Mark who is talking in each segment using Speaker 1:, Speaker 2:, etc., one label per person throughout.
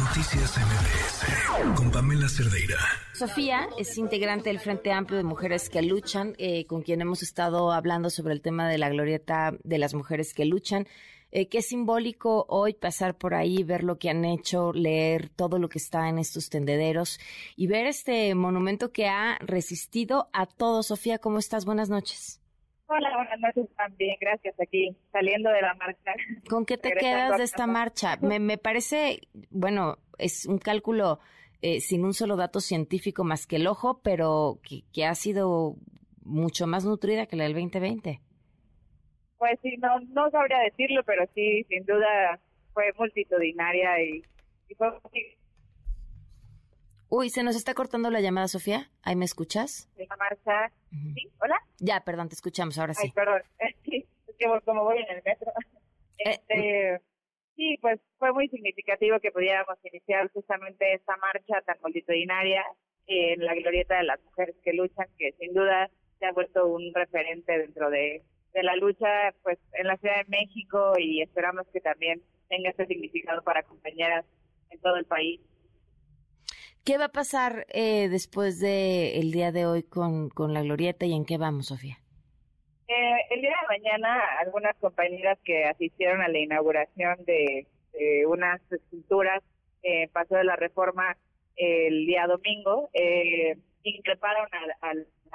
Speaker 1: Noticias MBS con Pamela Cerdeira.
Speaker 2: Sofía es integrante del Frente Amplio de Mujeres que Luchan, con quien hemos estado hablando sobre el tema de la glorieta de las mujeres que luchan. Qué simbólico hoy pasar por ahí, ver lo que han hecho, leer todo lo que está en estos tendederos y ver este monumento que ha resistido a todo. Sofía, ¿cómo estás? Buenas noches.
Speaker 3: Hola, buenas noches también, gracias, aquí saliendo de la marcha.
Speaker 2: ¿Con qué te quedas de esta marcha? Me parece, bueno, es un cálculo sin un solo dato científico más que el ojo, pero que ha sido mucho más nutrida que la del 2020.
Speaker 3: Pues sí, no sabría decirlo, pero sí, sin duda fue multitudinaria y fue...
Speaker 2: Uy, se nos está cortando la llamada, Sofía. ¿Ahí me escuchas?
Speaker 3: La marcha, ¿sí? ¿Hola?
Speaker 2: Ya, perdón, te escuchamos, ahora sí.
Speaker 3: Ay, perdón, sí, es que como voy en el metro. Sí, pues fue muy significativo que pudiéramos iniciar justamente esta marcha tan multitudinaria en la glorieta de las mujeres que luchan, que sin duda se ha vuelto un referente dentro de la lucha pues en la Ciudad de México, y esperamos que también tenga este significado para compañeras en todo el país.
Speaker 2: ¿Qué va a pasar después del día de hoy con la glorieta y en qué vamos, Sofía?
Speaker 3: El día de mañana, algunas compañeras que asistieron a la inauguración de unas esculturas Paso de la Reforma el día domingo, increparon a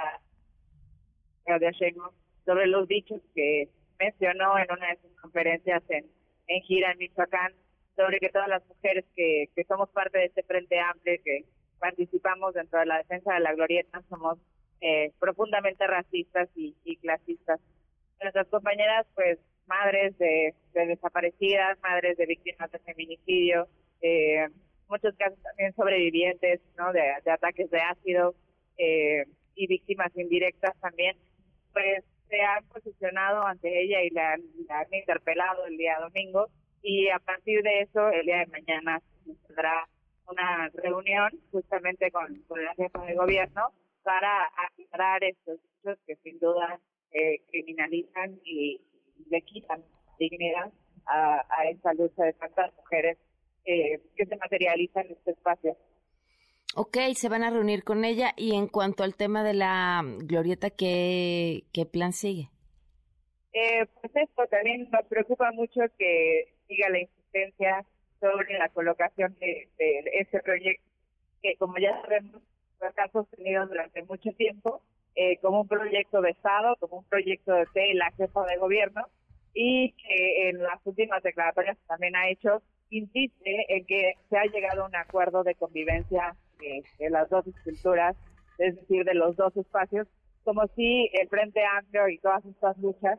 Speaker 3: Claudia Sheinbaum sobre los dichos que mencionó en una de sus conferencias en gira en Michoacán, sobre que todas las mujeres que somos parte de este Frente Amplio, que participamos dentro de la defensa de la glorieta, somos profundamente racistas y clasistas. Nuestras compañeras, pues, madres de desaparecidas, madres de víctimas de feminicidio, muchos casos también sobrevivientes, ¿no?, de ataques de ácido y víctimas indirectas también, pues se han posicionado ante ella y la han interpelado el día domingo, y a partir de eso el día de mañana se tendrá una reunión justamente con la jefa de gobierno para aclarar estos hechos que sin duda criminalizan y le quitan dignidad a esta lucha de tantas mujeres que se materializan en este espacio.
Speaker 2: Ok, se van a reunir con ella. Y en cuanto al tema de la glorieta, ¿qué plan sigue?
Speaker 3: Pues esto también nos preocupa mucho, que siga la insistencia sobre la colocación de este proyecto, que como ya sabemos, se ha sostenido durante mucho tiempo como un proyecto de Estado, como un proyecto de la jefa de gobierno, y que en las últimas declaratorias también ha hecho, insiste en que se ha llegado a un acuerdo de convivencia de las dos esculturas, es decir, de los dos espacios, como si el Frente Amplio y todas estas luchas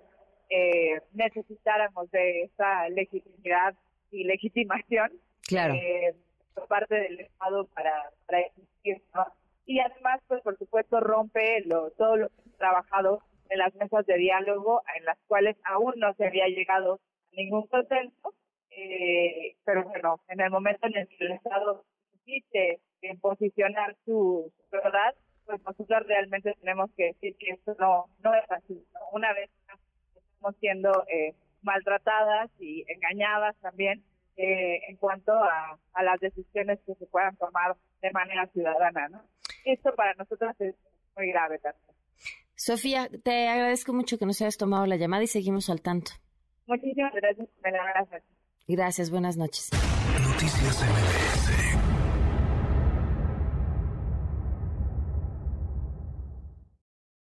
Speaker 3: necesitáramos de esta legitimidad y legitimación,
Speaker 2: claro,
Speaker 3: por parte del Estado para existir, ¿no? Y además, pues por supuesto, rompe todo lo que se ha trabajado en las mesas de diálogo, en las cuales aún no se había llegado a ningún consenso, pero bueno, en el momento en el que el Estado insiste en posicionar su verdad, pues nosotros realmente tenemos que decir que esto no es así, ¿no? Una vez más estamos siendo maltratadas y engañadas también en cuanto a las decisiones que se puedan tomar de manera ciudadana, ¿no? Esto para nosotros es muy grave también.
Speaker 2: Sofía, te agradezco mucho que nos hayas tomado la llamada y seguimos al tanto.
Speaker 3: Muchísimas gracias, me la gracias.
Speaker 2: Gracias, buenas noches.
Speaker 1: Noticias MBS.